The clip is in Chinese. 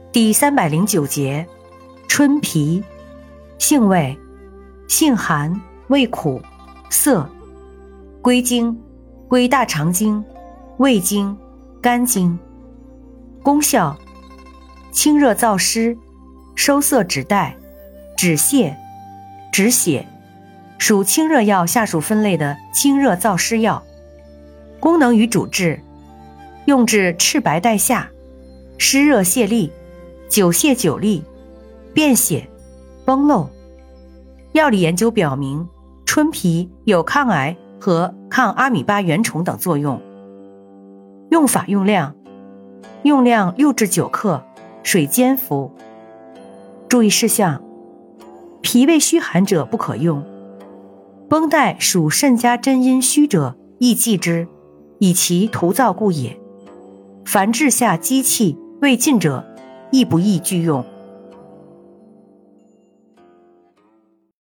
第309节，春皮，性味，性寒，味苦，涩，归经，归大肠经、胃经、肝经。功效，清热燥湿，收涩止带，止泻，止血，属清热药下属分类的清热燥湿药。功能与主治，用治赤白带下、湿热泄痢、久泻久痢、便血、崩漏。药理研究表明，春皮有抗癌和抗阿米巴原虫等作用。用法用量，用量6至9克，水煎服。注意事项，脾胃虚寒者不可用。绷带属肾家真阴虚者宜忌之，以其徒燥故也。凡治下积气未尽者亦不宜具用。